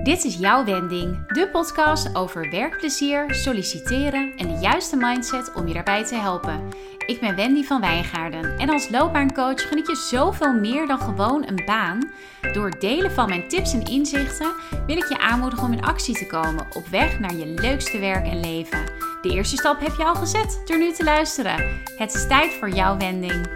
Dit is Jouw Wending, de podcast over werkplezier, solliciteren en de juiste mindset om je daarbij te helpen. Ik ben Wendy van Wijngaarden en als loopbaancoach geniet je zoveel meer dan gewoon een baan. Door het delen van mijn tips en inzichten wil ik je aanmoedigen om in actie te komen op weg naar je leukste werk en leven. De eerste stap heb je al gezet door nu te luisteren. Het is tijd voor Jouw Wending.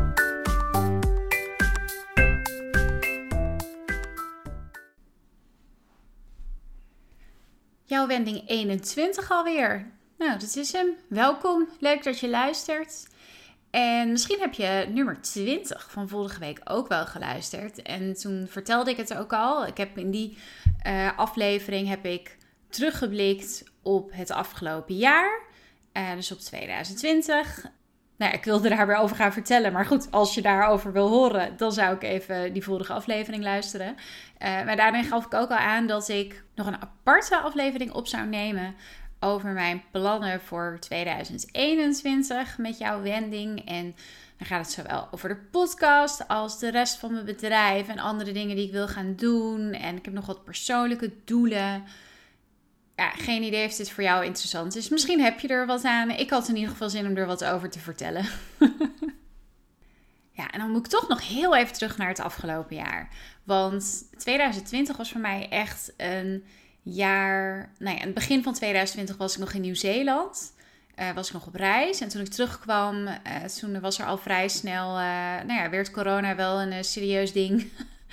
Jouw Wending 21 alweer. Nou, dat is hem. Welkom. Leuk dat je luistert. En misschien heb je nummer 20 van vorige week ook wel geluisterd. En toen vertelde ik het ook al. Ik heb in die aflevering heb ik teruggeblikt op het afgelopen jaar. Dus op 2020. Nou, ik wilde daar weer over gaan vertellen. Maar goed, als je daarover wil horen, dan zou ik even die vorige aflevering luisteren. Maar daarin gaf ik ook al aan dat ik nog een aparte aflevering op zou nemen over mijn plannen voor 2021 met Jouw Wending. En dan gaat het zowel over de podcast als de rest van mijn bedrijf en andere dingen die ik wil gaan doen. En ik heb nog wat persoonlijke doelen. Ja, geen idee of dit voor jou interessant is. Misschien heb je er wat aan. Ik had in ieder geval zin om er wat over te vertellen. Ja, en dan moet ik toch nog heel even terug naar het afgelopen jaar. Want 2020 was voor mij echt een jaar. Nou ja, in het begin van 2020 was ik nog in Nieuw-Zeeland. Was ik nog op reis. En toen ik terugkwam, toen was er al vrij snel. Werd corona wel een serieus ding.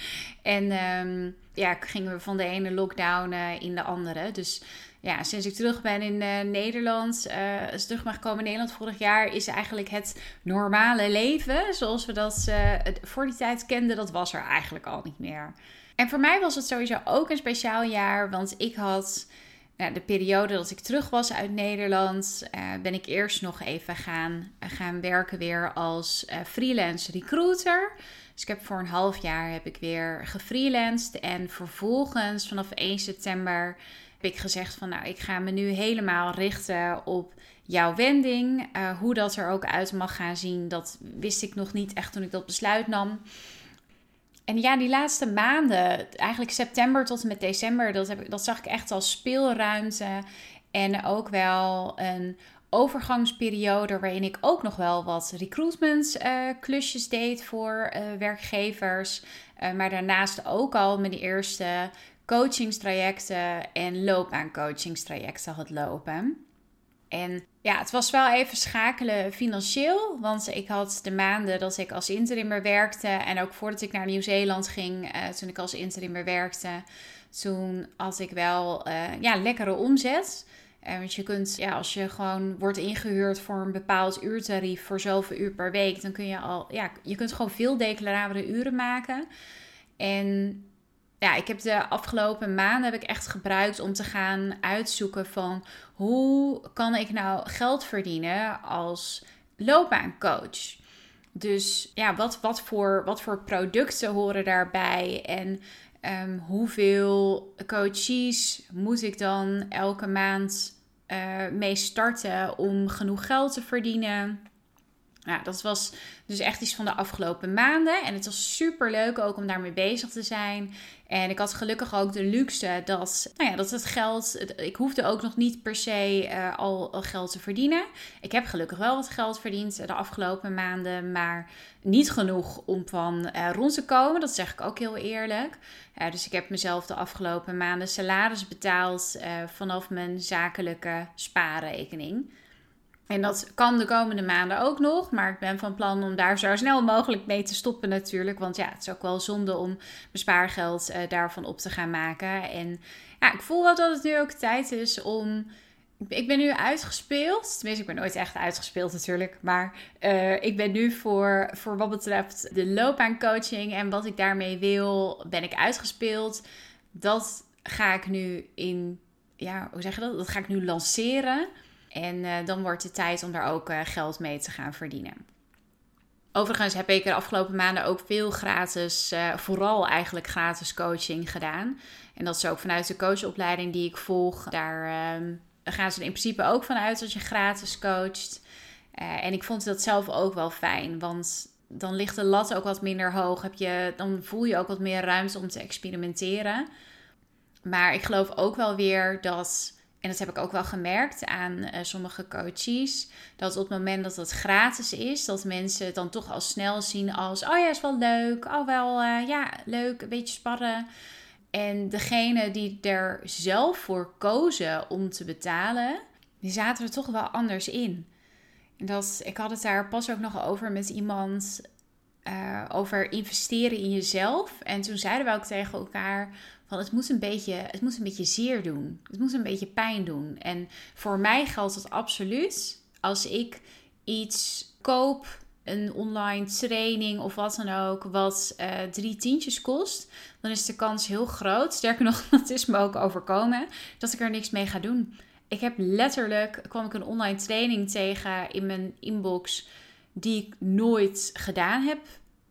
En gingen we van de ene lockdown in de andere. Dus ja, sinds ik terug ben in Nederland, terug ben gekomen in Nederland vorig jaar, is eigenlijk het normale leven, zoals we dat voor die tijd kenden, dat was er eigenlijk al niet meer. En voor mij was het sowieso ook een speciaal jaar, want ik had de periode dat ik terug was uit Nederland, ben ik eerst nog even gaan werken weer als freelance recruiter. Dus ik heb voor een half jaar heb ik weer gefreelanced. En vervolgens vanaf 1 september heb ik gezegd van ik ga me nu helemaal richten op Jouw Wending. Hoe dat er ook uit mag gaan zien, dat wist ik nog niet echt toen ik dat besluit nam. En ja, die laatste maanden, eigenlijk september tot en met december, dat zag ik echt als speelruimte. En ook wel een overgangsperiode waarin ik ook nog wel wat recruitment klusjes deed voor werkgevers. Maar daarnaast ook al mijn eerste coachingstrajecten en loopbaancoachingstrajecten had lopen. En ja, het was wel even schakelen financieel, want ik had de maanden dat ik als interimmer werkte en ook voordat ik naar Nieuw-Zeeland ging, toen ik als interimmer werkte, toen had ik wel lekkere omzet. Want je kunt, als je gewoon wordt ingehuurd voor een bepaald uurtarief voor zoveel uur per week, dan kun je je kunt gewoon veel declarabele uren maken. En ja, ik heb de afgelopen maanden echt gebruikt om te gaan uitzoeken van hoe kan ik nou geld verdienen als loopbaancoach. Dus ja, wat voor producten horen daarbij en hoeveel coaches moet ik dan elke maand mee starten om genoeg geld te verdienen? Nou, dat was dus echt iets van de afgelopen maanden. En het was super leuk ook om daarmee bezig te zijn. En ik had gelukkig ook de luxe dat het geld. Ik hoefde ook nog niet per se al geld te verdienen. Ik heb gelukkig wel wat geld verdiend de afgelopen maanden. Maar niet genoeg om van rond te komen. Dat zeg ik ook heel eerlijk. Dus ik heb mezelf de afgelopen maanden salaris betaald vanaf mijn zakelijke spaarrekening. En dat kan de komende maanden ook nog. Maar ik ben van plan om daar zo snel mogelijk mee te stoppen natuurlijk. Want ja, het is ook wel zonde om mijn spaargeld daarvan op te gaan maken. En ja, ik voel wel dat het nu ook tijd is om. Ik ben nu uitgespeeld. Tenminste, ik ben nooit echt uitgespeeld natuurlijk. Maar ik ben nu voor wat betreft de loopbaancoaching en wat ik daarmee wil, ben ik uitgespeeld. Dat ga ik nu dat ga ik nu lanceren. En dan wordt het tijd om daar ook geld mee te gaan verdienen. Overigens heb ik de afgelopen maanden ook veel gratis, vooral eigenlijk gratis coaching gedaan. En dat is ook vanuit de coachopleiding die ik volg. Daar gaan ze er in principe ook vanuit dat je gratis coacht. En ik vond dat zelf ook wel fijn, want dan ligt de lat ook wat minder hoog. Dan voel je ook wat meer ruimte om te experimenteren. Maar ik geloof ook wel weer dat, en dat heb ik ook wel gemerkt aan sommige coaches, dat op het moment dat het gratis is, dat mensen het dan toch al snel zien als, oh ja, is wel leuk. Oh wel, ja, leuk, een beetje sparren. En degene die er zelf voor kozen om te betalen, die zaten er toch wel anders in. Ik had het daar pas ook nog over met iemand, over investeren in jezelf. En toen zeiden we ook tegen elkaar van het moet een beetje zeer doen. Het moet een beetje pijn doen. En voor mij geldt het absoluut. Als ik iets koop, een online training of wat dan ook, wat 3 tientjes kost, dan is de kans heel groot. Sterker nog, dat is me ook overkomen, dat ik er niks mee ga doen. Ik heb kwam ik een online training tegen in mijn inbox die ik nooit gedaan heb.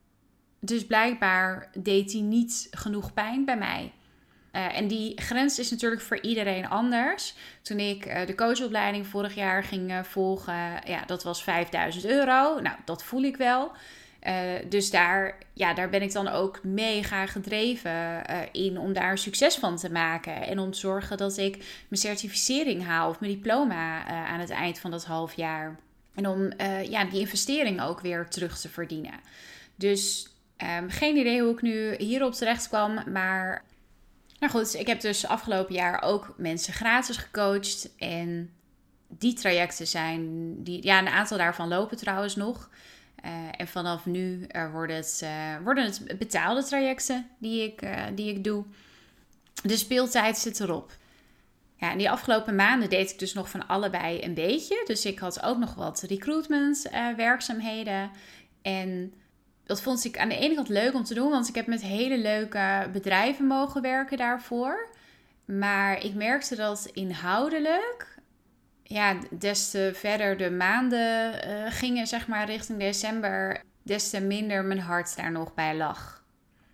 Dus blijkbaar deed die niet genoeg pijn bij mij. En die grens is natuurlijk voor iedereen anders. Toen ik de coachopleiding vorig jaar ging volgen, ja, dat was €5.000. Nou, dat voel ik wel. Dus daar ben ik dan ook mega gedreven in om daar een succes van te maken. En om te zorgen dat ik mijn certificering haal of mijn diploma aan het eind van dat half jaar. En om die investering ook weer terug te verdienen. Dus geen idee hoe ik nu hierop terecht kwam. Maar nou goed, ik heb dus afgelopen jaar ook mensen gratis gecoacht. En die trajecten een aantal daarvan lopen trouwens nog. En vanaf nu worden het betaalde trajecten die ik doe. De speeltijd zit erop. Ja, en die afgelopen maanden deed ik dus nog van allebei een beetje. Dus ik had ook nog wat recruitment werkzaamheden. En dat vond ik aan de ene kant leuk om te doen, want ik heb met hele leuke bedrijven mogen werken daarvoor. Maar ik merkte dat inhoudelijk, ja, des te verder de maanden gingen, zeg maar, richting december, des te minder mijn hart daar nog bij lag.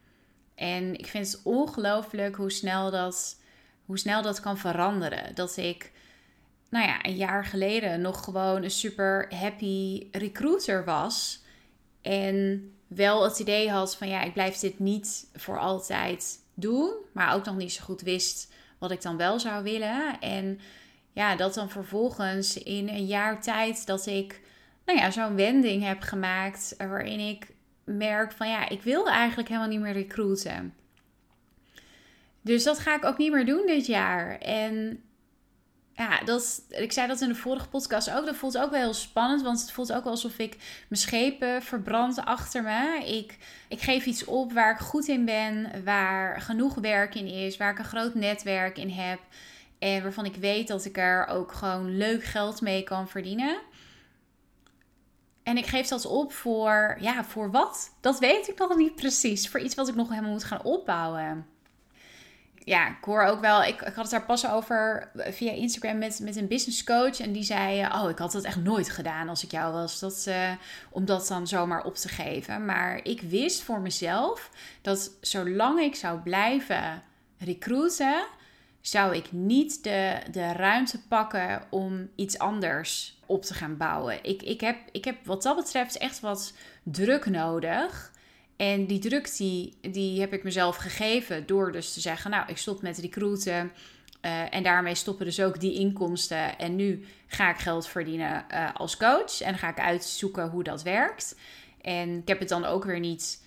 En ik vind het ongelooflijk hoe snel dat kan veranderen. Dat ik, een jaar geleden nog gewoon een super happy recruiter was. En wel het idee had van, ja, ik blijf dit niet voor altijd doen. Maar ook nog niet zo goed wist wat ik dan wel zou willen. En ja, dat dan vervolgens in een jaar tijd dat ik, zo'n wending heb gemaakt waarin ik merk van, ja, ik wil eigenlijk helemaal niet meer recruiten. Dus dat ga ik ook niet meer doen dit jaar. En ja, ik zei dat in de vorige podcast ook. Dat voelt ook wel heel spannend. Want het voelt ook wel alsof ik mijn schepen verbrand achter me. Ik geef iets op waar ik goed in ben. Waar genoeg werk in is. Waar ik een groot netwerk in heb. En waarvan ik weet dat ik er ook gewoon leuk geld mee kan verdienen. En ik geef dat op voor wat? Dat weet ik nog niet precies. Voor iets wat ik nog helemaal moet gaan opbouwen. Ja, ik hoor ook wel, ik had het daar pas over via Instagram met een business coach. En die zei, ik had dat echt nooit gedaan als ik jou was. Om dat dan zomaar op te geven. Maar ik wist voor mezelf dat zolang ik zou blijven recruiten, zou ik niet de ruimte pakken om iets anders op te gaan bouwen. Ik heb wat dat betreft echt wat druk nodig. En die druk die heb ik mezelf gegeven door dus te zeggen, ik stop met recruiten. En daarmee stoppen dus ook die inkomsten. En nu ga ik geld verdienen als coach. En dan ga ik uitzoeken hoe dat werkt. En ik heb het dan ook weer niet.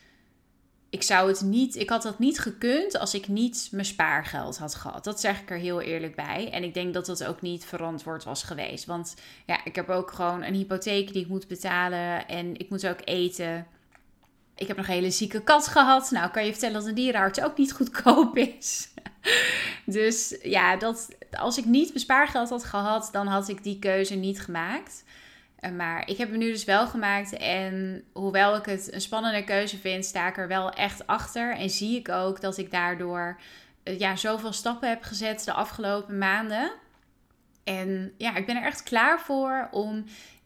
Ik had dat niet gekund als ik niet mijn spaargeld had gehad. Dat zeg ik er heel eerlijk bij. En ik denk dat dat ook niet verantwoord was geweest. Want ja, ik heb ook gewoon een hypotheek die ik moet betalen. En ik moet ook eten. Ik heb nog een hele zieke kat gehad. Nou, kan je vertellen dat een dierenarts ook niet goedkoop is. Dus ja, als ik niet mijn spaargeld had gehad, dan had ik die keuze niet gemaakt. Maar ik heb hem nu dus wel gemaakt. En hoewel ik het een spannende keuze vind, sta ik er wel echt achter. En zie ik ook dat ik daardoor zoveel stappen heb gezet de afgelopen maanden. En ja, ik ben er echt klaar voor om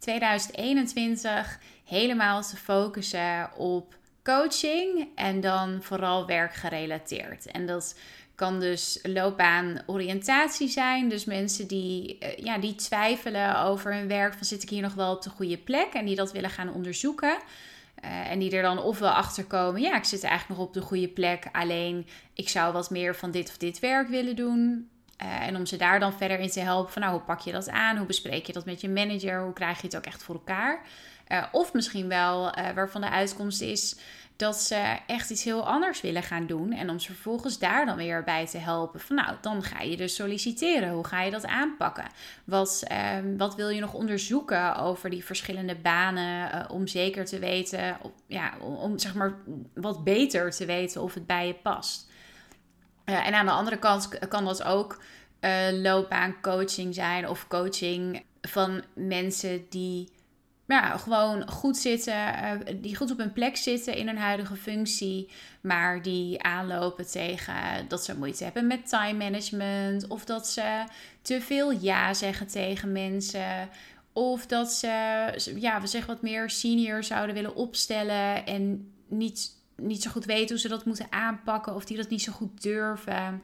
2021 helemaal te focussen op coaching en dan vooral werkgerelateerd. En dat kan dus loopbaanoriëntatie zijn. Dus mensen die twijfelen over hun werk, van zit ik hier nog wel op de goede plek en die dat willen gaan onderzoeken. En die er dan ofwel achter komen, ja, ik zit eigenlijk nog op de goede plek. Alleen ik zou wat meer van dit of dit werk willen doen. En om ze daar dan verder in te helpen van, nou, hoe pak je dat aan? Hoe bespreek je dat met je manager? Hoe krijg je het ook echt voor elkaar? Of misschien wel waarvan de uitkomst is dat ze echt iets heel anders willen gaan doen. En om ze vervolgens daar dan weer bij te helpen. Van nou, dan ga je dus solliciteren. Hoe ga je dat aanpakken? Wat wil je nog onderzoeken over die verschillende banen? Om zeker te weten, om zeg maar wat beter te weten of het bij je past. En aan de andere kant kan dat ook loopbaancoaching zijn of coaching van mensen die gewoon goed zitten, die goed op hun plek zitten in hun huidige functie, maar die aanlopen tegen dat ze moeite hebben met time management, of dat ze te veel ja zeggen tegen mensen, of dat ze, we zeggen wat meer senior zouden willen opstellen en niet zo goed weten hoe ze dat moeten aanpakken, of die dat niet zo goed durven.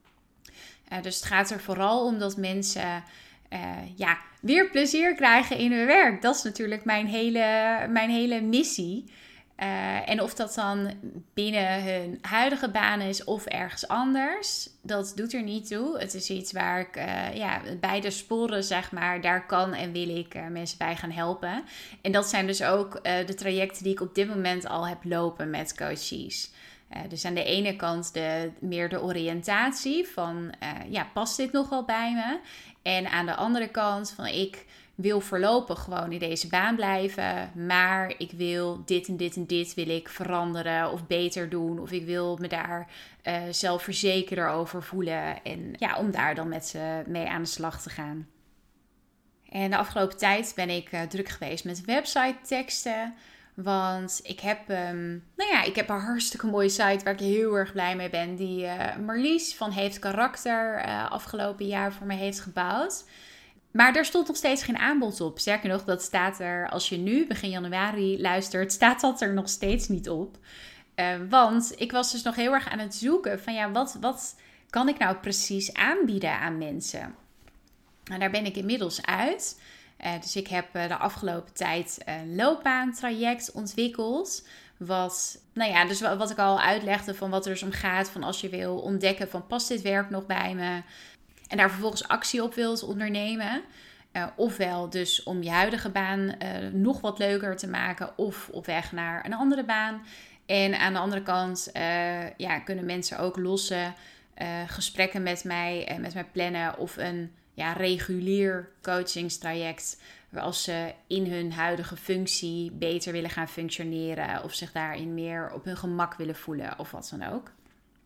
Dus het gaat er vooral om dat mensen weer plezier krijgen in hun werk. Dat is natuurlijk mijn hele missie. En of dat dan binnen hun huidige baan is of ergens anders, dat doet er niet toe. Het is iets waar ik beide sporen, zeg maar, daar kan en wil ik mensen bij gaan helpen. En dat zijn dus ook de trajecten die ik op dit moment al heb lopen met coaches. Dus aan de ene kant meer de oriëntatie van, past dit nog wel bij me? En aan de andere kant van, ik wil voorlopig gewoon in deze baan blijven, maar ik wil dit en dit en dit wil ik veranderen of beter doen. Of ik wil me daar zelfverzekerder over voelen en om daar dan met ze mee aan de slag te gaan. En de afgelopen tijd ben ik druk geweest met website teksten. Want ik heb een hartstikke mooie site waar ik heel erg blij mee ben. Die Marlies van Heeft Karakter afgelopen jaar voor me heeft gebouwd. Maar er stond nog steeds geen aanbod op. Sterker nog, dat staat er, als je nu begin januari luistert, staat dat er nog steeds niet op. Want ik was dus nog heel erg aan het zoeken van wat kan ik nou precies aanbieden aan mensen? En daar ben ik inmiddels uit. Dus ik heb de afgelopen tijd een loopbaantraject ontwikkeld. Wat ik al uitlegde van wat er dus om gaat. Van als je wil ontdekken van past dit werk nog bij me. En daar vervolgens actie op wilt ondernemen. Ofwel dus om je huidige baan nog wat leuker te maken. Of op weg naar een andere baan. En aan de andere kant kunnen mensen ook losse gesprekken met mij plannen. Of een regulier coachingstraject. Als ze in hun huidige functie beter willen gaan functioneren. Of zich daarin meer op hun gemak willen voelen. Of wat dan ook.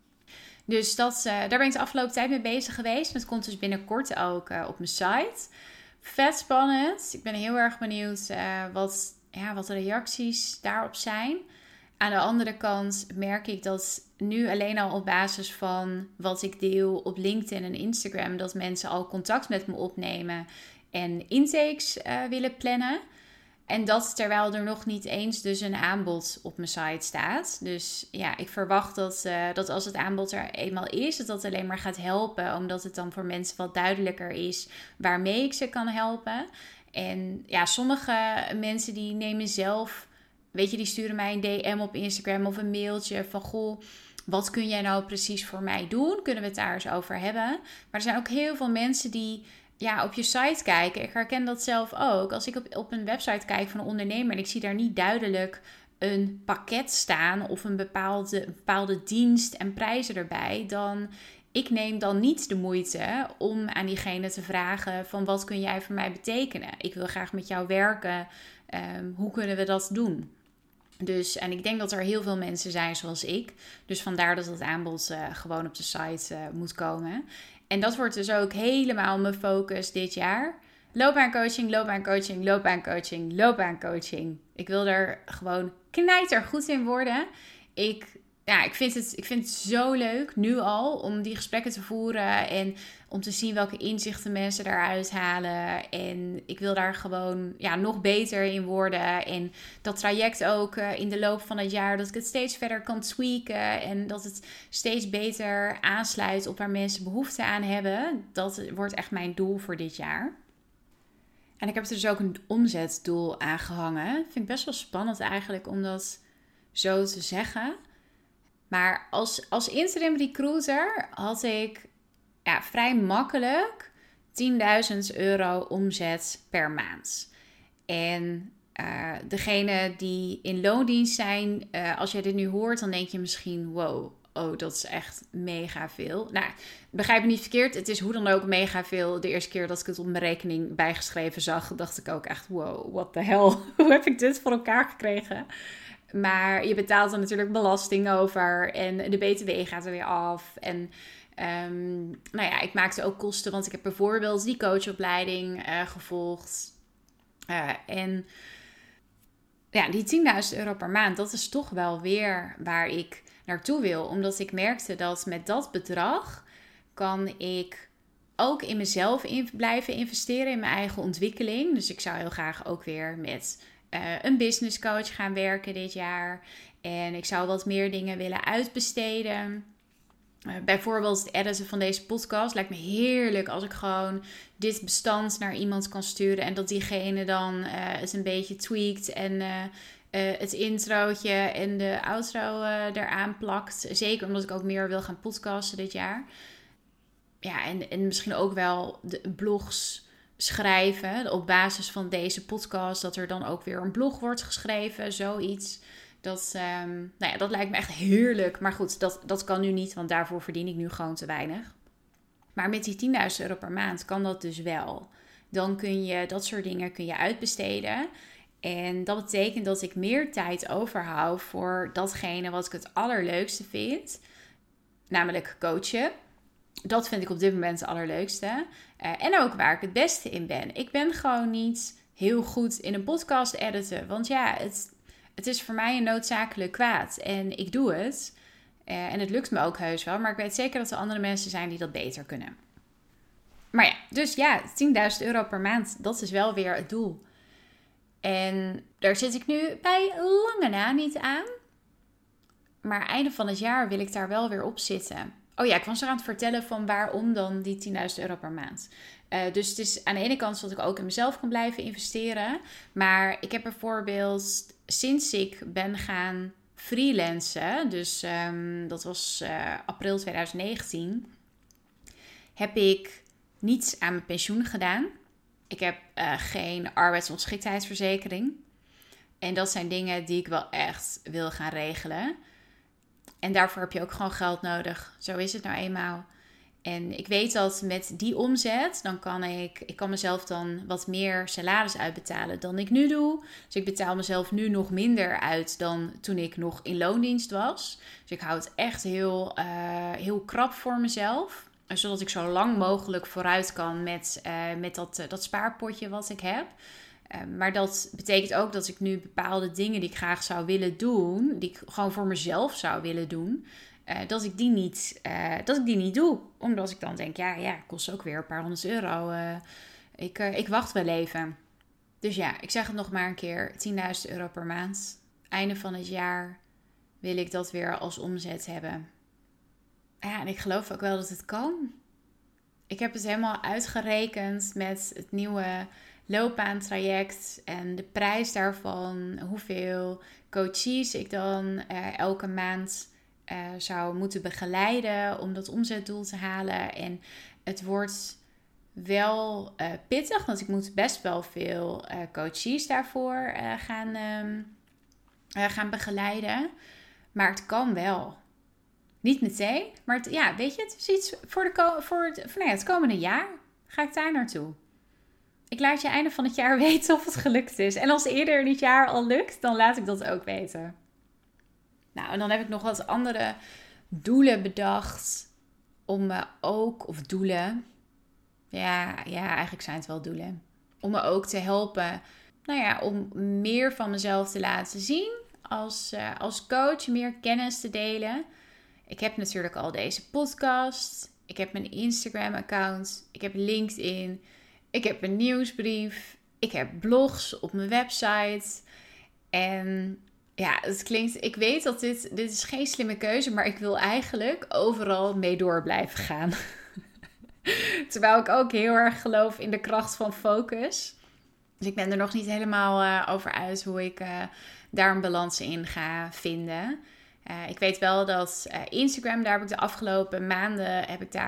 Dus daar ben ik de afgelopen tijd mee bezig geweest. Het komt dus binnenkort ook op mijn site. Vet spannend. Ik ben heel erg benieuwd wat de reacties daarop zijn. Aan de andere kant merk ik dat nu alleen al op basis van wat ik deel op LinkedIn en Instagram, dat mensen al contact met me opnemen en intakes willen plannen. En dat terwijl er nog niet eens dus een aanbod op mijn site staat. Dus ik verwacht dat als het aanbod er eenmaal is, dat alleen maar gaat helpen. Omdat het dan voor mensen wat duidelijker is waarmee ik ze kan helpen. En sommige mensen die nemen zelf, die sturen mij een DM op Instagram of een mailtje van goh, wat kun jij nou precies voor mij doen? Kunnen we het daar eens over hebben? Maar er zijn ook heel veel mensen die op je site kijken. Ik herken dat zelf ook. Als ik op een website kijk van een ondernemer en ik zie daar niet duidelijk een pakket staan of een bepaalde dienst en prijzen erbij, dan ik neem dan niet de moeite om aan diegene te vragen van wat kun jij voor mij betekenen? Ik wil graag met jou werken. Hoe kunnen we dat doen? Dus, en ik denk dat er heel veel mensen zijn zoals ik. Dus vandaar dat het aanbod gewoon op de site moet komen. En dat wordt dus ook helemaal mijn focus dit jaar. Loopbaancoaching, loopbaancoaching, loopbaancoaching, loopbaancoaching. Ik wil er gewoon knijtergoed in worden. Ik vind het zo leuk, nu al, om die gesprekken te voeren en om te zien welke inzichten mensen daaruit halen. En ik wil daar gewoon nog beter in worden. En dat traject ook in de loop van het jaar, dat ik het steeds verder kan tweaken en dat het steeds beter aansluit op waar mensen behoefte aan hebben. Dat wordt echt mijn doel voor dit jaar. En ik heb er dus ook een omzetdoel aan gehangen. Vind ik best wel spannend eigenlijk om dat zo te zeggen. Maar als interim recruiter had ik vrij makkelijk 10.000 euro omzet per maand. En degene die in loondienst zijn, als jij dit nu hoort, dan denk je misschien, wow, oh, dat is echt mega veel. Nou, begrijp me niet verkeerd, het is hoe dan ook mega veel. De eerste keer dat ik het op mijn rekening bijgeschreven zag, dacht ik ook echt, wow, what the hell? Hoe heb ik dit voor elkaar gekregen? Maar je betaalt er natuurlijk belasting over en de BTW gaat er weer af. En ik maakte ook kosten, want ik heb bijvoorbeeld die coachopleiding gevolgd. En ja, die 10.000 euro per maand, dat is toch wel weer waar ik naartoe wil. Omdat ik merkte dat met dat bedrag kan ik ook in mezelf blijven investeren, in mijn eigen ontwikkeling. Dus ik zou heel graag ook weer met een business coach gaan werken dit jaar. En ik zou wat meer dingen willen uitbesteden. Bijvoorbeeld het editen van deze podcast lijkt me heerlijk als ik gewoon dit bestand naar iemand kan sturen en dat diegene dan het een beetje tweakt en het introotje en de outro eraan plakt. Zeker omdat ik ook meer wil gaan podcasten dit jaar. Ja, en misschien ook wel de blogs schrijven op basis van deze podcast, dat er dan ook weer een blog wordt geschreven, zoiets. Dat lijkt me echt heerlijk. Maar goed, dat kan nu niet, want daarvoor verdien ik nu gewoon te weinig. Maar met die 10.000 euro per maand kan dat dus wel. Dan kun je dat soort dingen uitbesteden. En dat betekent dat ik meer tijd overhoud voor datgene wat ik het allerleukste vind. Namelijk coachen. Dat vind ik op dit moment het allerleukste. En ook waar ik het beste in ben. Ik ben gewoon niet heel goed in een podcast editen. Want ja, het is voor mij een noodzakelijk kwaad. En ik doe het. En het lukt me ook heus wel. Maar ik weet zeker dat er andere mensen zijn die dat beter kunnen. Maar ja, dus ja, 10.000 euro per maand. Dat is wel weer het doel. En daar zit ik nu bij lange na niet aan. Maar einde van het jaar wil ik daar wel weer op zitten. Oh ja, ik was er aan het vertellen van waarom dan die 10.000 euro per maand. Dus het is aan de ene kant dat ik ook in mezelf kan blijven investeren. Maar ik heb bijvoorbeeld sinds ik ben gaan freelancen, dus dat was april 2019, heb ik niets aan mijn pensioen gedaan. Ik heb geen arbeidsongeschiktheidsverzekering. En dat zijn dingen die ik wel echt wil gaan regelen. En daarvoor heb je ook gewoon geld nodig. Zo is het nou eenmaal. En ik weet dat met die omzet, dan kan ik kan mezelf dan wat meer salaris uitbetalen dan ik nu doe. Dus ik betaal mezelf nu nog minder uit dan toen ik nog in loondienst was. Dus ik hou het echt heel krap voor mezelf. Zodat ik zo lang mogelijk vooruit kan met dat spaarpotje wat ik heb. Maar dat betekent ook dat ik nu bepaalde dingen die ik graag zou willen doen, die ik gewoon voor mezelf zou willen doen, dat ik die niet doe. Omdat ik dan denk, ja, kost ook weer een paar honderd euro. Ik wacht wel even. Dus ja, ik zeg het nog maar een keer, 10.000 euro per maand. Einde van het jaar wil ik dat weer als omzet hebben. Ja, en ik geloof ook wel dat het kan. Ik heb het helemaal uitgerekend met het nieuwe loopbaantraject en de prijs daarvan, hoeveel coaches ik dan elke maand zou moeten begeleiden om dat omzetdoel te halen. En het wordt wel pittig, want ik moet best wel veel coaches daarvoor gaan begeleiden. Maar het kan wel. Niet meteen, maar weet je, het is iets voor het komende jaar. Ga ik daar naartoe. Ik laat je einde van het jaar weten of het gelukt is. En als eerder in het jaar al lukt, dan laat ik dat ook weten. Nou, en dan heb ik nog wat andere doelen bedacht. Om me ook, of doelen. Ja, eigenlijk zijn het wel doelen. Om me ook te helpen, om meer van mezelf te laten zien. Als coach, meer kennis te delen. Ik heb natuurlijk al deze podcast. Ik heb mijn Instagram-account. Ik heb LinkedIn. Ik heb een nieuwsbrief. Ik heb blogs op mijn website. En ja, het klinkt... Ik weet dat dit is geen slimme keuze, maar ik wil eigenlijk overal mee door blijven gaan. Terwijl ik ook heel erg geloof in de kracht van focus. Dus ik ben er nog niet helemaal over uit hoe ik daar een balans in ga vinden. Ik weet wel dat Instagram, daar heb ik de afgelopen maanden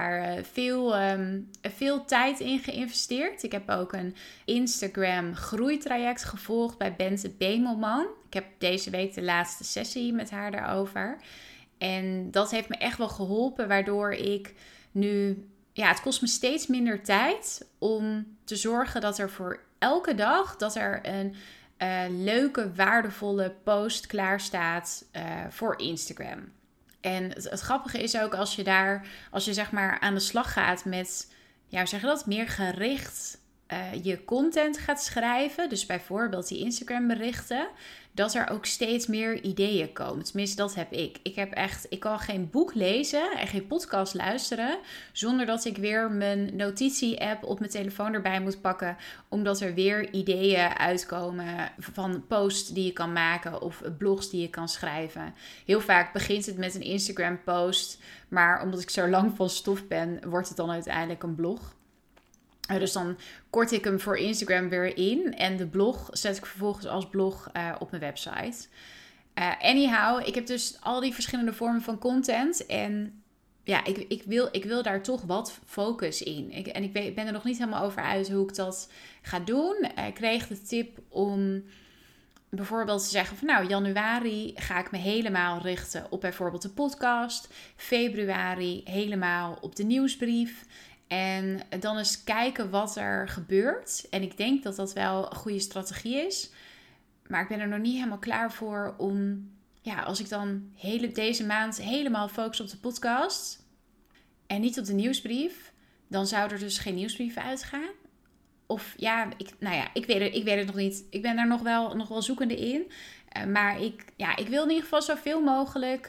veel tijd in geïnvesteerd. Ik heb ook een Instagram groeitraject gevolgd bij Bente Bemelman. Ik heb deze week de laatste sessie met haar daarover. En dat heeft me echt wel geholpen, waardoor ik nu... Ja, het kost me steeds minder tijd om te zorgen dat er voor elke dag dat er een leuke, waardevolle post klaar staat voor Instagram. En het grappige is ook als je zeg maar aan de slag gaat met, ja, hoe zeg je dat, meer gericht je content gaat schrijven. Dus bijvoorbeeld die Instagram berichten, dat er ook steeds meer ideeën komen. Tenminste, dat heb ik. Ik kan geen boek lezen en geen podcast luisteren zonder dat ik weer mijn notitie-app op mijn telefoon erbij moet pakken, omdat er weer ideeën uitkomen van posts die je kan maken of blogs die je kan schrijven. Heel vaak begint het met een Instagram post, maar omdat ik zo lang van stof ben, wordt het dan uiteindelijk een blog. Dus dan kort ik hem voor Instagram weer in. En de blog zet ik vervolgens als blog op mijn website. Anyhow, ik heb dus al die verschillende vormen van content. En ja, ik wil daar toch wat focus in. Ik ben er nog niet helemaal over uit hoe ik dat ga doen. Ik kreeg de tip om bijvoorbeeld te zeggen van nou, januari ga ik me helemaal richten op bijvoorbeeld de podcast. Februari helemaal op de nieuwsbrief. En dan eens kijken wat er gebeurt. En ik denk dat dat wel een goede strategie is. Maar ik ben er nog niet helemaal klaar voor om... Ja, als ik dan deze maand helemaal focus op de podcast en niet op de nieuwsbrief, dan zou er dus geen nieuwsbrief uitgaan. Of ja, ik weet het nog niet. Ik ben daar nog wel zoekende in. Maar ik wil in ieder geval zoveel mogelijk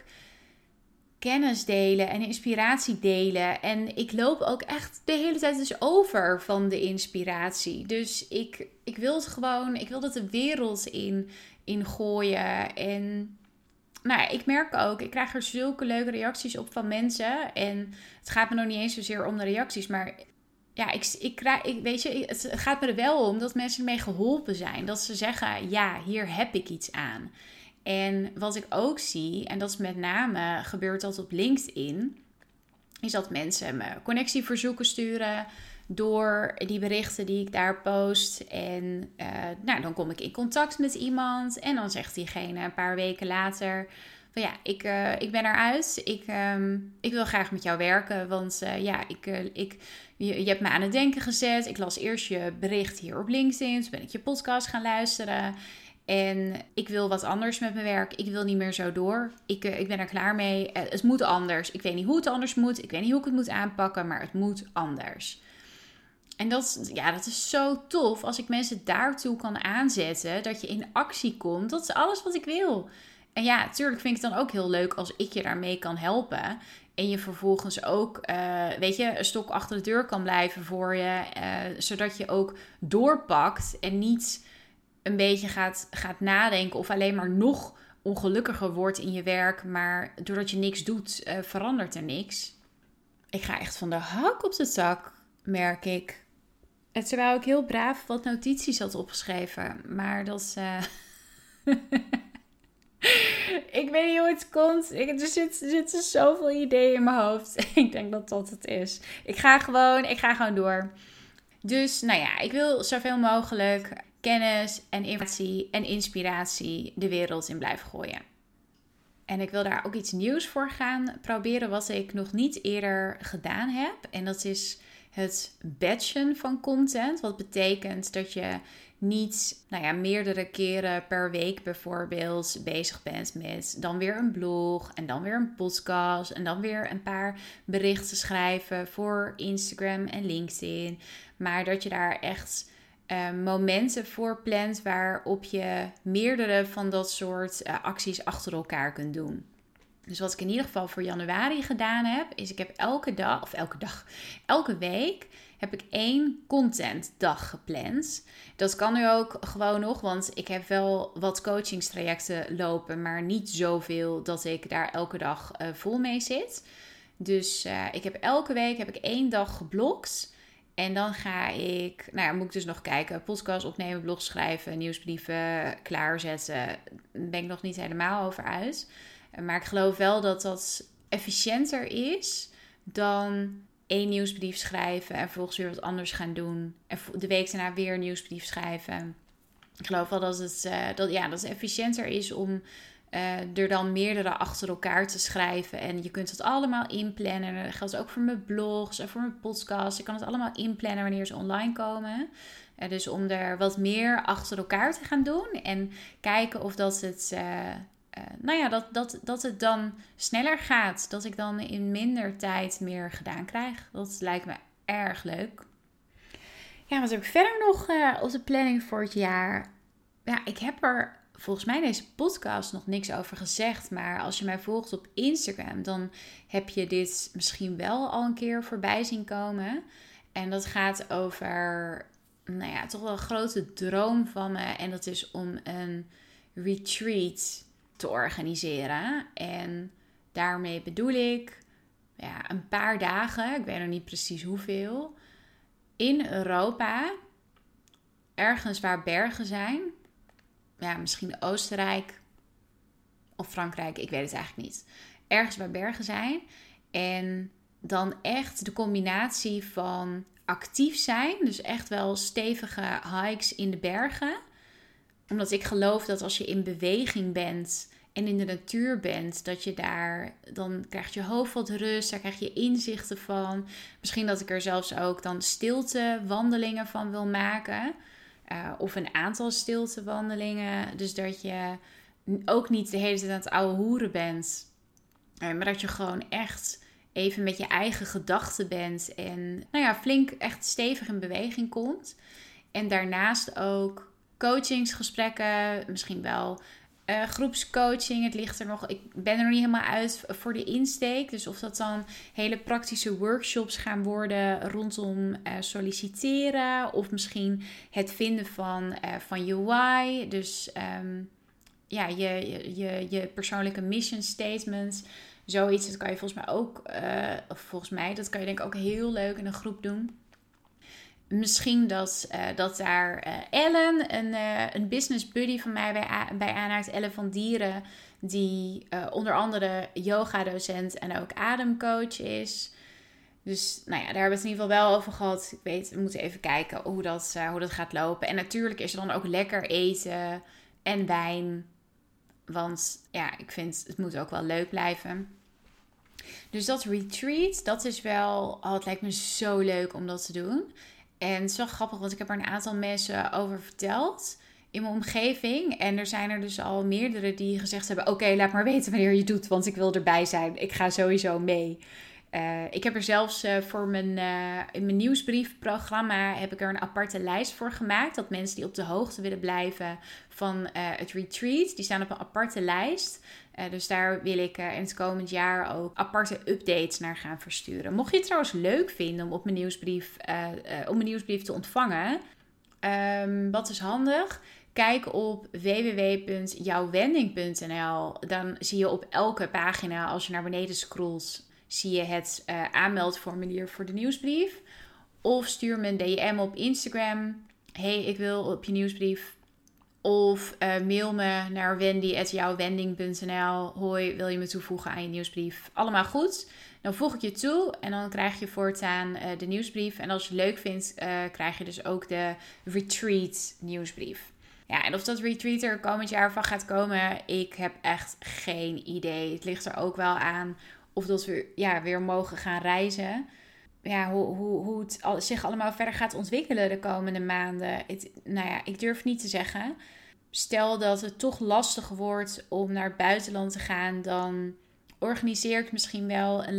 kennis delen en inspiratie delen. En ik loop ook echt de hele tijd dus over van de inspiratie. Dus ik wil het gewoon, ik wil dat de wereld in gooien. En nou ja, ik merk ook, ik krijg er zulke leuke reacties op van mensen. En het gaat me nog niet eens zozeer om de reacties, maar ja, weet je, het gaat me er wel om dat mensen ermee geholpen zijn. Dat ze zeggen, ja, hier heb ik iets aan. En wat ik ook zie, en dat is met name gebeurt dat op LinkedIn, is dat mensen me connectieverzoeken sturen door die berichten die ik daar post. En dan kom ik in contact met iemand en dan zegt diegene een paar weken later van ja, ik ben eruit. Ik wil graag met jou werken, want je hebt me aan het denken gezet. Ik las eerst je bericht hier op LinkedIn, toen ben ik je podcast gaan luisteren. En ik wil wat anders met mijn werk. Ik wil niet meer zo door. Ik ben er klaar mee. Het moet anders. Ik weet niet hoe het anders moet. Ik weet niet hoe ik het moet aanpakken. Maar het moet anders. En dat is zo tof als ik mensen daartoe kan aanzetten. Dat je in actie komt. Dat is alles wat ik wil. En ja, natuurlijk vind ik het dan ook heel leuk als ik je daarmee kan helpen. En je vervolgens ook, een stok achter de deur kan blijven voor je. Zodat je ook doorpakt en niet een beetje gaat nadenken of alleen maar nog ongelukkiger wordt in je werk. Maar doordat je niks doet, verandert er niks. Ik ga echt van de hak op de tak, merk ik. En terwijl ik heel braaf wat notities had opgeschreven. Maar dat ik weet niet hoe het komt. Er zitten zoveel ideeën in mijn hoofd. Ik denk dat dat het is. Ik ga gewoon door. Dus nou ja, ik wil zoveel mogelijk kennis en informatie en inspiratie de wereld in blijven gooien. En ik wil daar ook iets nieuws voor gaan proberen wat ik nog niet eerder gedaan heb. En dat is het batchen van content. Wat betekent dat je niet meerdere keren per week bijvoorbeeld bezig bent met dan weer een blog en dan weer een podcast en dan weer een paar berichten schrijven voor Instagram en LinkedIn. Maar dat je daar echt momenten voor plant waarop je meerdere van dat soort acties achter elkaar kunt doen. Dus wat ik in ieder geval voor januari gedaan heb, is ik heb elke week heb ik 1 contentdag gepland. Dat kan nu ook gewoon nog, want ik heb wel wat coachingstrajecten lopen, maar niet zoveel dat ik daar elke dag vol mee zit. Dus elke week heb ik 1 dag geblokt. En dan ga ik, moet ik dus nog kijken, podcast opnemen, blog schrijven, nieuwsbrieven klaarzetten. Daar ben ik nog niet helemaal over uit. Maar ik geloof wel dat dat efficiënter is dan 1 nieuwsbrief schrijven en vervolgens weer wat anders gaan doen. En de week daarna weer een nieuwsbrief schrijven. Ik geloof wel dat het efficiënter is om er dan meerdere achter elkaar te schrijven. En je kunt het allemaal inplannen. Dat geldt ook voor mijn blogs en voor mijn podcast. Je kan het allemaal inplannen wanneer ze online komen. Dus om er wat meer achter elkaar te gaan doen. En kijken of dat het... dat het dan sneller gaat. Dat ik dan in minder tijd meer gedaan krijg. Dat lijkt me erg leuk. Ja, wat heb ik verder nog op de planning voor het jaar? Ja, ik heb er volgens mij in deze podcast nog niks over gezegd. Maar als je mij volgt op Instagram, dan heb je dit misschien wel al een keer voorbij zien komen. En dat gaat over, toch wel een grote droom van me. En dat is om een retreat te organiseren. En daarmee bedoel ik een paar dagen, ik weet nog niet precies hoeveel, in Europa, ergens waar bergen zijn. Ja, misschien Oostenrijk of Frankrijk, ik weet het eigenlijk niet. Ergens waar bergen zijn. En dan echt de combinatie van actief zijn, dus echt wel stevige hikes in de bergen. Omdat ik geloof dat als je in beweging bent en in de natuur bent, dat je dan krijgt je hoofd wat rust, daar krijg je inzichten van. Misschien dat ik er zelfs ook dan stiltewandelingen van wil maken. Of een aantal stiltewandelingen. Dus dat je ook niet de hele tijd aan het ouwe hoeren bent. Maar dat je gewoon echt even met je eigen gedachten bent. En flink echt stevig in beweging komt. En daarnaast ook coachingsgesprekken. Misschien wel groepscoaching. Het ligt er nog. Ik ben er nog niet helemaal uit voor de insteek. Dus of dat dan hele praktische workshops gaan worden rondom solliciteren. Of misschien het vinden van je why. Dus je persoonlijke mission statement. Zoiets, dat kan je volgens mij ook, dat kan je denk ik ook heel leuk in een groep doen. Misschien dat daar Ellen, een business buddy van mij bij aanhaakt. Ellen van Dieren, die onder andere yoga-docent en ook ademcoach is. Dus daar hebben we het in ieder geval wel over gehad. Ik weet, we moeten even kijken hoe dat gaat lopen. En natuurlijk is er dan ook lekker eten en wijn. Want ik vind het moet ook wel leuk blijven. Dus dat retreat, dat is wel... het lijkt me zo leuk om dat te doen. En het is wel grappig, want ik heb er een aantal mensen over verteld in mijn omgeving. En er zijn er dus al meerdere die gezegd hebben... Oké, laat maar weten wanneer je doet, want ik wil erbij zijn. Ik ga sowieso mee. Ik heb er zelfs in mijn nieuwsbriefprogramma heb ik er een aparte lijst voor gemaakt. Dat mensen die op de hoogte willen blijven van het retreat, die staan op een aparte lijst. Dus daar wil ik in het komend jaar ook aparte updates naar gaan versturen. Mocht je het trouwens leuk vinden om op mijn nieuwsbrief te ontvangen, wat is handig? Kijk op www.jouwwending.nl. Dan zie je op elke pagina, als je naar beneden scrolt, zie je het aanmeldformulier voor de nieuwsbrief. Of stuur me een DM op Instagram. Hey, ik wil op je nieuwsbrief. Of mail me naar wendy@jouwwending.nl. Hoi, wil je me toevoegen aan je nieuwsbrief? Allemaal goed. Dan voeg ik je toe en dan krijg je voortaan de nieuwsbrief. En als je het leuk vindt, krijg je dus ook de retreat nieuwsbrief. Ja, en of dat retreat er komend jaar van gaat komen, ik heb echt geen idee. Het ligt er ook wel aan of dat we weer mogen gaan reizen. Ja, hoe het zich allemaal verder gaat ontwikkelen de komende maanden. Ik durf niet te zeggen. Stel dat het toch lastig wordt om naar het buitenland te gaan, dan organiseer ik misschien wel een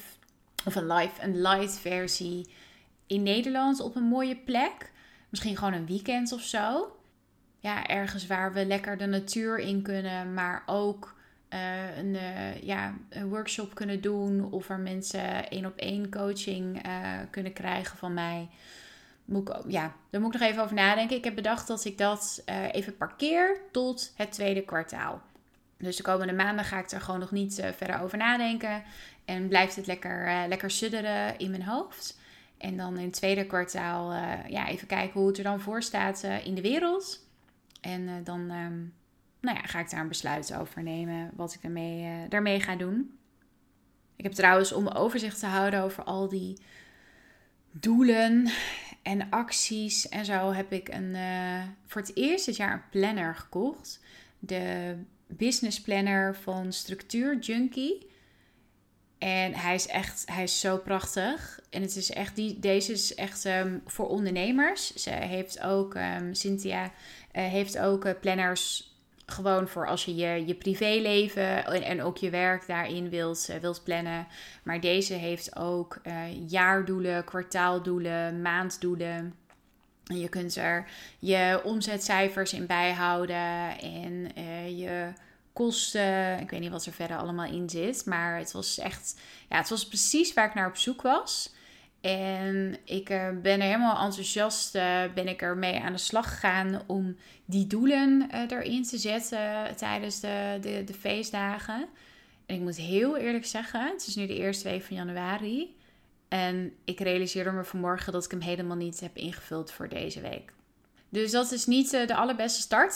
light versie in Nederland op een mooie plek. Misschien gewoon een weekend of zo. Ja, ergens waar we lekker de natuur in kunnen, maar ook een workshop kunnen doen. Of waar mensen 1-op-1 coaching kunnen krijgen van mij. Daar moet ik nog even over nadenken. Ik heb bedacht dat ik dat even parkeer tot het tweede kwartaal. Dus de komende maanden ga ik er gewoon nog niet verder over nadenken. En blijft het lekker sudderen in mijn hoofd. En dan in het tweede kwartaal even kijken hoe het er dan voor staat in de wereld. En dan ga ik daar een besluit over nemen wat ik daarmee ga doen. Ik heb trouwens, om overzicht te houden over al die doelen en acties en zo, heb ik voor het eerst dit jaar een planner gekocht. De business planner van Structuur Junkie. En hij is zo prachtig. En het is echt, deze is echt voor ondernemers. Ze heeft ook, Cynthia heeft ook planners gewoon voor als je je privéleven en ook je werk daarin wilt plannen. Maar deze heeft ook jaardoelen, kwartaaldoelen, maanddoelen. En je kunt er je omzetcijfers in bijhouden en je kosten. Ik weet niet wat er verder allemaal in zit. Maar het was echt, het was precies waar ik naar op zoek was. En ik ben er helemaal enthousiast, ben ik ermee aan de slag gegaan om die doelen erin te zetten tijdens de feestdagen. En ik moet heel eerlijk zeggen, het is nu de eerste week van januari. En ik realiseerde me vanmorgen dat ik hem helemaal niet heb ingevuld voor deze week. Dus dat is niet de allerbeste start.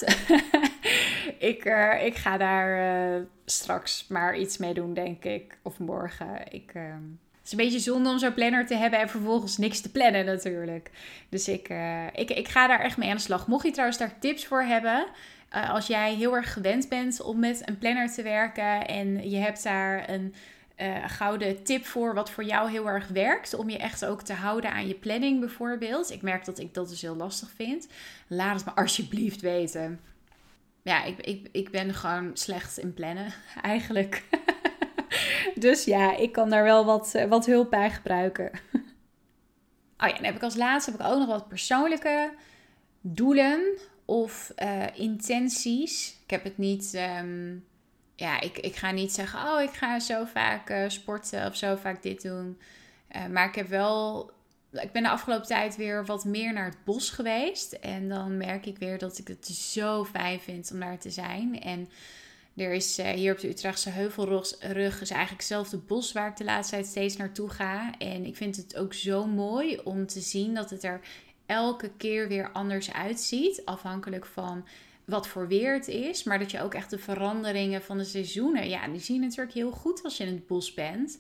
Ik ga daar straks maar iets mee doen, denk ik. Of morgen. Het is een beetje zonde om zo'n planner te hebben en vervolgens niks te plannen natuurlijk. Dus ik ga daar echt mee aan de slag. Mocht je trouwens daar tips voor hebben, als jij heel erg gewend bent om met een planner te werken en je hebt daar een gouden tip voor wat voor jou heel erg werkt, om je echt ook te houden aan je planning bijvoorbeeld. Ik merk dat ik dat dus heel lastig vind. Laat het me alsjeblieft weten. Ja, ik ben gewoon slecht in plannen eigenlijk. Dus ja, ik kan daar wel wat hulp bij gebruiken. Oh ja, dan heb ik als laatste ook nog wat persoonlijke doelen of intenties. Ik heb het niet... ik ga niet zeggen, ik ga zo vaak sporten of zo vaak dit doen. Maar ik ben de afgelopen tijd weer wat meer naar het bos geweest. En dan merk ik weer dat ik het zo fijn vind om daar te zijn. En er is hier op de Utrechtse Heuvelrug is eigenlijk hetzelfde bos waar ik de laatste tijd steeds naartoe ga. En ik vind het ook zo mooi om te zien dat het er elke keer weer anders uitziet. Afhankelijk van wat voor weer het is. Maar dat je ook echt de veranderingen van de seizoenen... Ja, die zie je natuurlijk heel goed als je in het bos bent.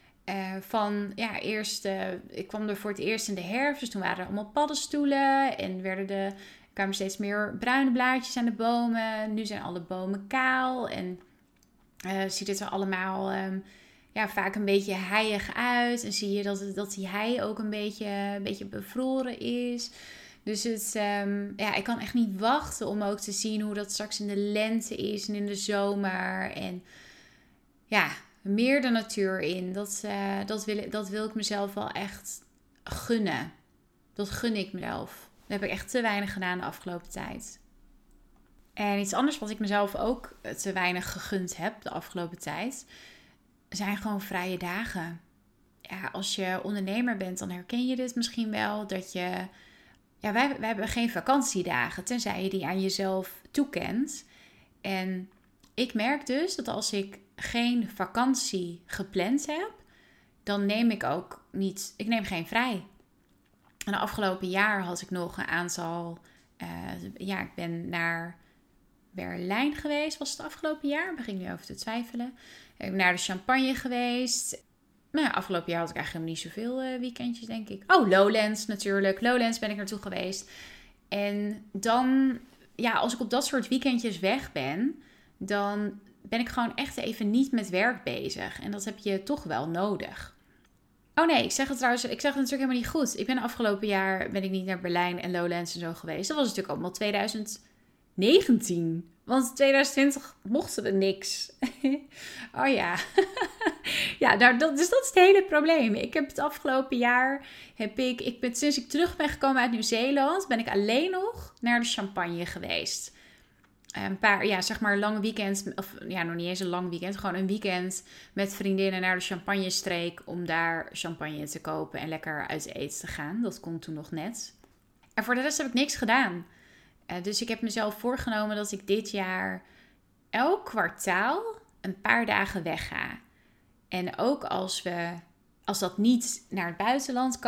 Ik kwam er voor het eerst in de herfst. Dus toen waren er allemaal paddenstoelen. En kwamen steeds meer bruine blaadjes aan de bomen. Nu zijn alle bomen kaal. En ziet het er allemaal vaak een beetje heilig uit. En zie je dat die hei ook een beetje bevroren is. Dus ik kan echt niet wachten om ook te zien hoe dat straks in de lente is en in de zomer. En ja, meer de natuur in. Dat wil ik mezelf wel echt gunnen. Dat gun ik mezelf. Dat heb ik echt te weinig gedaan de afgelopen tijd. En iets anders wat ik mezelf ook te weinig gegund heb de afgelopen tijd, zijn gewoon vrije dagen. Ja, als je ondernemer bent, dan herken je dit misschien wel. Dat je... Ja, wij hebben geen vakantiedagen, tenzij je die aan jezelf toekent. En ik merk dus dat als ik geen vakantie gepland heb, dan neem ik ook niet... Ik neem geen vrij. En de afgelopen jaar had ik nog een aantal... ik ben naar Berlijn geweest. Was het afgelopen jaar? Ik begin nu over te twijfelen. Ik ben naar de Champagne geweest. Nou, afgelopen jaar had ik eigenlijk niet zoveel weekendjes, denk ik. Oh, Lowlands natuurlijk. Lowlands ben ik naartoe geweest. En dan, als ik op dat soort weekendjes weg ben, dan ben ik gewoon echt even niet met werk bezig. En dat heb je toch wel nodig. Oh nee, ik zeg het natuurlijk helemaal niet goed. Afgelopen jaar ben ik niet naar Berlijn en Lowlands en zo geweest. Dat was natuurlijk allemaal 2019. Want in 2020 mochten we niks. Oh ja. Dus dat is het hele probleem. Ik heb het afgelopen jaar... sinds ik terug ben gekomen uit Nieuw-Zeeland, ben ik alleen nog naar de Champagne geweest. Een paar, lange weekends. Of nog niet eens een lang weekend. Gewoon een weekend met vriendinnen naar de Champagne-streek. Om daar champagne te kopen en lekker uit eten te gaan. Dat kon toen nog net. En voor de rest heb ik niks gedaan. Dus ik heb mezelf voorgenomen dat ik dit jaar elk kwartaal een paar dagen wegga. En ook als dat niet naar het buitenland kan,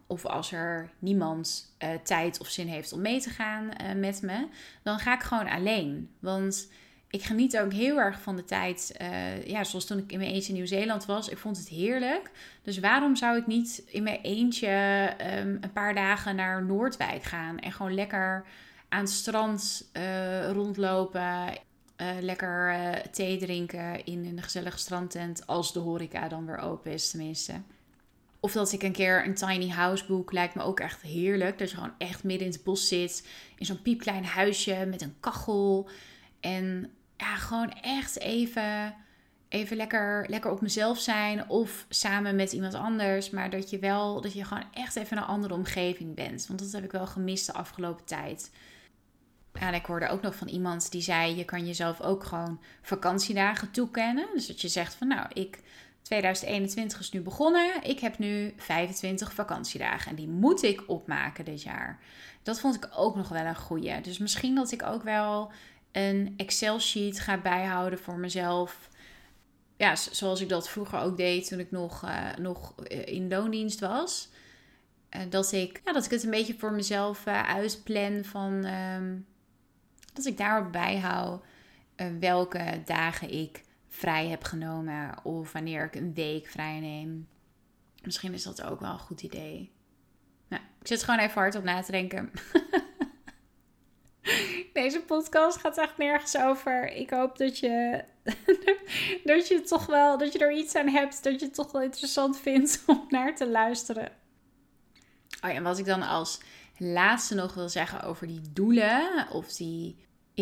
of als er niemand tijd of zin heeft om mee te gaan met me, dan ga ik gewoon alleen. Want ik geniet ook heel erg van de tijd, zoals toen ik in mijn eentje in Nieuw-Zeeland was. Ik vond het heerlijk. Dus waarom zou ik niet in mijn eentje een paar dagen naar Noordwijk gaan en gewoon lekker aan het strand rondlopen, lekker thee drinken in een gezellige strandtent, als de horeca dan weer open is tenminste. Of dat ik een keer een tiny house boek, lijkt me ook echt heerlijk. Dat je gewoon echt midden in het bos zit, in zo'n piepklein huisje met een kachel. En ja, gewoon echt even lekker op mezelf zijn of samen met iemand anders. Maar dat je gewoon echt even in een andere omgeving bent. Want dat heb ik wel gemist de afgelopen tijd. En ik hoorde ook nog van iemand die zei, je kan jezelf ook gewoon vakantiedagen toekennen. Dus dat je zegt van 2021 is nu begonnen. Ik heb nu 25 vakantiedagen en die moet ik opmaken dit jaar. Dat vond ik ook nog wel een goeie. Dus misschien dat ik ook wel een Excel-sheet ga bijhouden voor mezelf. Ja, zoals ik dat vroeger ook deed toen ik nog in loondienst was. Dat ik het een beetje voor mezelf uitplan van dat ik daarop bijhoud welke dagen ik vrij heb genomen of wanneer ik een week vrij neem. Misschien is dat ook wel een goed idee. Nou, ik zit gewoon even hard op na te denken. Deze podcast gaat echt nergens over. Ik hoop dat je er iets aan hebt, dat je het toch wel interessant vindt om naar te luisteren. Oh ja, en wat ik dan als laatste nog wil zeggen over die doelen of die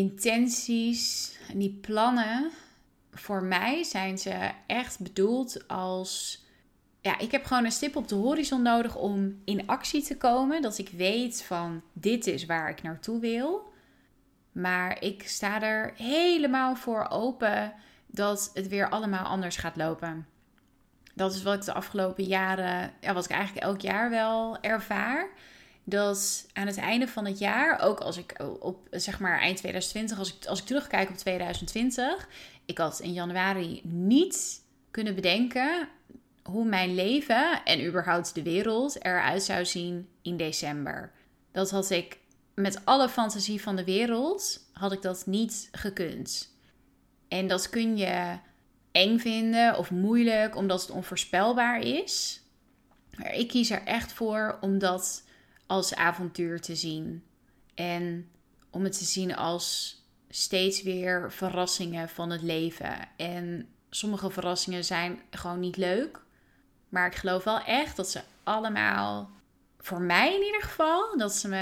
intenties en die plannen. Voor mij zijn ze echt bedoeld als... Ja, ik heb gewoon een stip op de horizon nodig om in actie te komen. Dat ik weet van dit is waar ik naartoe wil. Maar ik sta er helemaal voor open dat het weer allemaal anders gaat lopen. Dat is wat ik de afgelopen jaren, wat ik eigenlijk elk jaar wel ervaar. Dat aan het einde van het jaar, ook als ik op zeg maar eind 2020, als ik terugkijk op 2020, ik had in januari niet kunnen bedenken hoe mijn leven en überhaupt de wereld eruit zou zien in december. Dat had ik met alle fantasie van de wereld, had ik dat niet gekund. En dat kun je eng vinden of moeilijk, omdat het onvoorspelbaar is. Maar ik kies er echt voor om dat als avontuur te zien. En om het te zien als steeds weer verrassingen van het leven. En sommige verrassingen zijn gewoon niet leuk. Maar ik geloof wel echt dat ze allemaal, voor mij in ieder geval,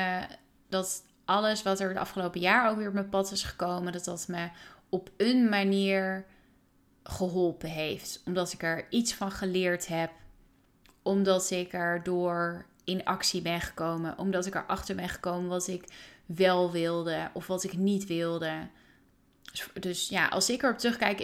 dat alles wat er het afgelopen jaar ook weer op mijn pad is gekomen, dat me op een manier geholpen heeft. Omdat ik er iets van geleerd heb. Omdat ik er door in actie ben gekomen. Omdat ik erachter ben gekomen wat ik wel wilde of wat ik niet wilde. Dus ja, als ik erop terugkijk,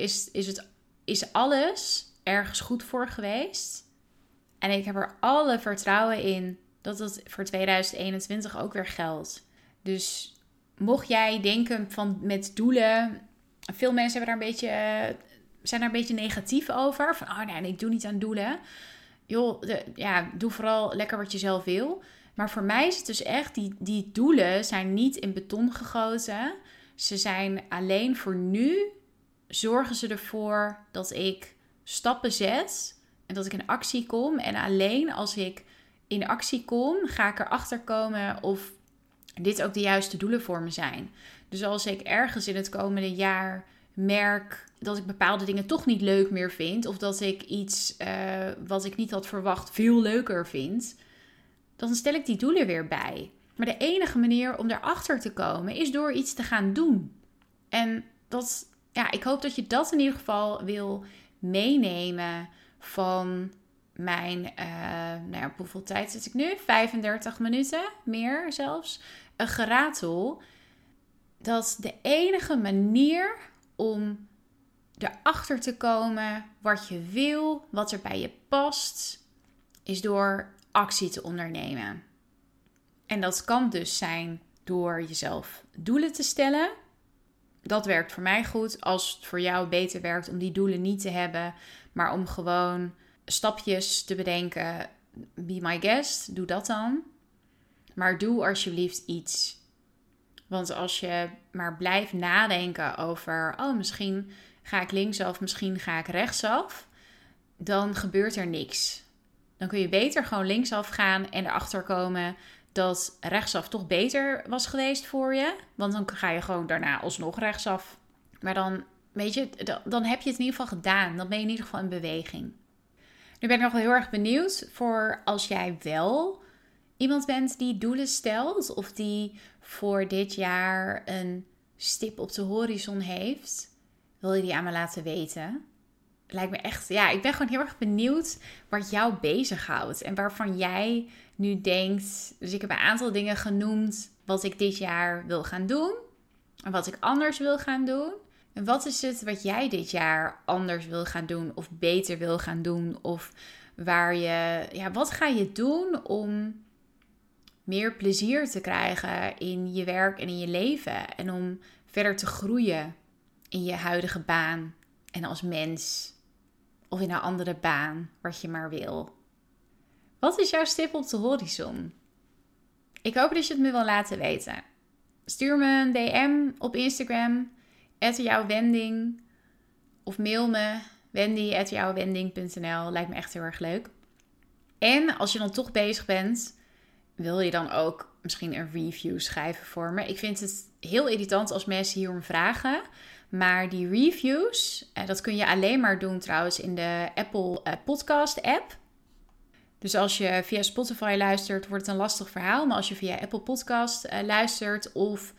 is alles ergens goed voor geweest. En ik heb er alle vertrouwen in dat het voor 2021 ook weer geldt. Dus mocht jij denken met doelen, veel mensen zijn daar een beetje negatief over. Van, nee, ik doe niet aan doelen. Joh, doe vooral lekker wat je zelf wil. Maar voor mij is het dus echt, die doelen zijn niet in beton gegoten. Ze zijn alleen voor nu, zorgen ze ervoor dat ik stappen zet en dat ik in actie kom. En alleen als ik in actie kom, ga ik erachter komen of dit ook de juiste doelen voor me zijn. Dus als ik ergens in het komende jaar merk dat ik bepaalde dingen toch niet leuk meer vind, of dat ik iets wat ik niet had verwacht veel leuker vind, dan stel ik die doelen weer bij. Maar de enige manier om erachter te komen is door iets te gaan doen. En ik hoop dat je dat in ieder geval wil meenemen van mijn, hoeveel tijd zit ik nu? 35 minuten, meer zelfs. Een geratel. Dat de enige manier om erachter te komen wat je wil, wat er bij je past, is door actie te ondernemen. En dat kan dus zijn door jezelf doelen te stellen. Dat werkt voor mij goed. Als het voor jou beter werkt om die doelen niet te hebben, maar om gewoon stapjes te bedenken be my guest, doe dat dan. Maar doe alsjeblieft iets. Want als je maar blijft nadenken over, misschien ga ik linksaf, misschien ga ik rechtsaf, dan gebeurt er niks. Dan kun je beter gewoon linksaf gaan en erachter komen dat rechtsaf toch beter was geweest voor je. Want dan ga je gewoon daarna alsnog rechtsaf. Maar dan, weet je, dan heb je het in ieder geval gedaan. Dan ben je in ieder geval in beweging. Nu ben ik nog wel heel erg benieuwd voor als jij wel iemand bent die doelen stelt. Of die voor dit jaar een stip op de horizon heeft. Wil je die aan me laten weten? Lijkt me echt, ik ben gewoon heel erg benieuwd wat jou bezighoudt. En waarvan jij nu denkt. Dus ik heb een aantal dingen genoemd wat ik dit jaar wil gaan doen. En wat ik anders wil gaan doen. En wat is het wat jij dit jaar anders wil gaan doen of beter wil gaan doen? Of wat ga je doen om meer plezier te krijgen in je werk en in je leven? En om verder te groeien in je huidige baan en als mens. Of in een andere baan, wat je maar wil. Wat is jouw stip op de horizon? Ik hoop dat je het me wil laten weten. Stuur me een DM op Instagram, @jouwwending. Of mail me, wendy@jouwwending.nl. Lijkt me echt heel erg leuk. En als je dan toch bezig bent, wil je dan ook misschien een review schrijven voor me. Ik vind het heel irritant als mensen hierom vragen. Maar die reviews, dat kun je alleen maar doen trouwens in de Apple Podcast app. Dus als je via Spotify luistert, wordt het een lastig verhaal. Maar als je via Apple Podcast luistert of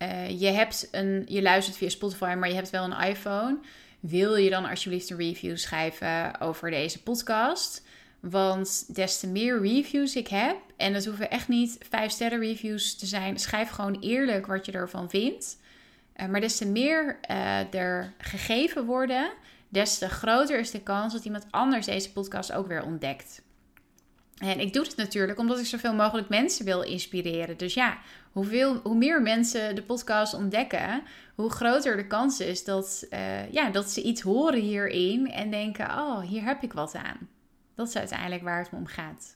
je luistert via Spotify, maar je hebt wel een iPhone, wil je dan alsjeblieft een review schrijven over deze podcast. Want des te meer reviews ik heb, en dat hoeven echt niet 5-sterren reviews te zijn, schrijf gewoon eerlijk wat je ervan vindt. Maar des te meer er gegeven worden, des te groter is de kans dat iemand anders deze podcast ook weer ontdekt. En ik doe het natuurlijk omdat ik zoveel mogelijk mensen wil inspireren. Dus hoe meer mensen de podcast ontdekken, hoe groter de kans is dat ze iets horen hierin en denken, hier heb ik wat aan. Dat is uiteindelijk waar het me om gaat.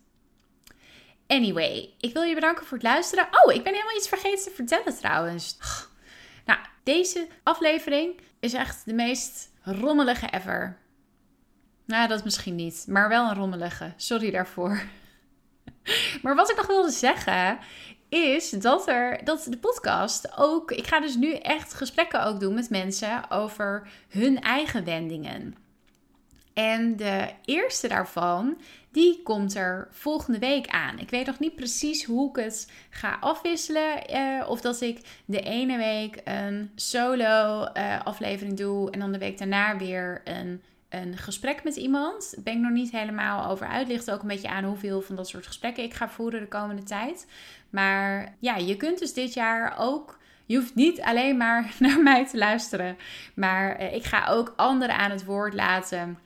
Anyway, ik wil je bedanken voor het luisteren. Ik ben helemaal iets vergeten te vertellen trouwens. Nou, deze aflevering is echt de meest rommelige ever. Nou, dat misschien niet, maar wel een rommelige. Sorry daarvoor. Maar wat ik nog wilde zeggen is dat de podcast ook... Ik ga dus nu echt gesprekken ook doen met mensen over hun eigen wendingen. En de eerste daarvan, die komt er volgende week aan. Ik weet nog niet precies hoe ik het ga afwisselen. Of dat ik de ene week een solo aflevering doe en dan de week daarna weer een gesprek met iemand. Daar ben ik nog niet helemaal over uit. Ligt ook een beetje aan hoeveel van dat soort gesprekken ik ga voeren de komende tijd. Maar je kunt dus dit jaar ook... Je hoeft niet alleen maar naar mij te luisteren. Maar ik ga ook anderen aan het woord laten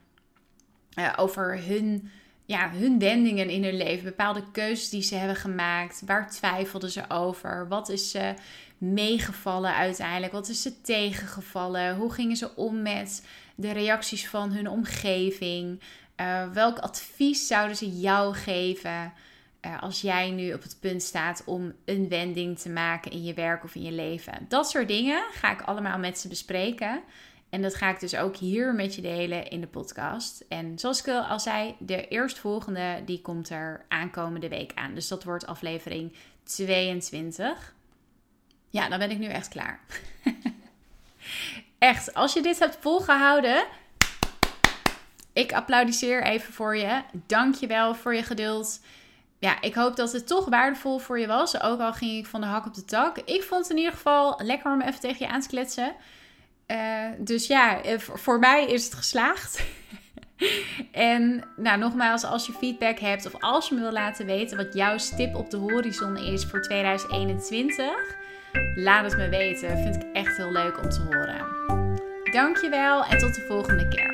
over hun wendingen in hun leven. Bepaalde keuzes die ze hebben gemaakt. Waar twijfelden ze over? Wat is ze meegevallen uiteindelijk? Wat is ze tegengevallen? Hoe gingen ze om met de reacties van hun omgeving? Welk advies zouden ze jou geven als jij nu op het punt staat om een wending te maken in je werk of in je leven? Dat soort dingen ga ik allemaal met ze bespreken. En dat ga ik dus ook hier met je delen in de podcast. En zoals ik al zei, de eerstvolgende die komt er aankomende week aan. Dus dat wordt aflevering 22. Ja, dan ben ik nu echt klaar. Echt, als je dit hebt volgehouden, ik applaudisseer even voor je. Dank je wel voor je geduld. Ja, ik hoop dat het toch waardevol voor je was. Ook al ging ik van de hak op de tak. Ik vond het in ieder geval lekker om even tegen je aan te kletsen. Dus voor mij is het geslaagd. En nogmaals, als je feedback hebt of als je me wil laten weten wat jouw stip op de horizon is voor 2021, laat het me weten. Vind ik echt heel leuk om te horen. Dankjewel en tot de volgende keer.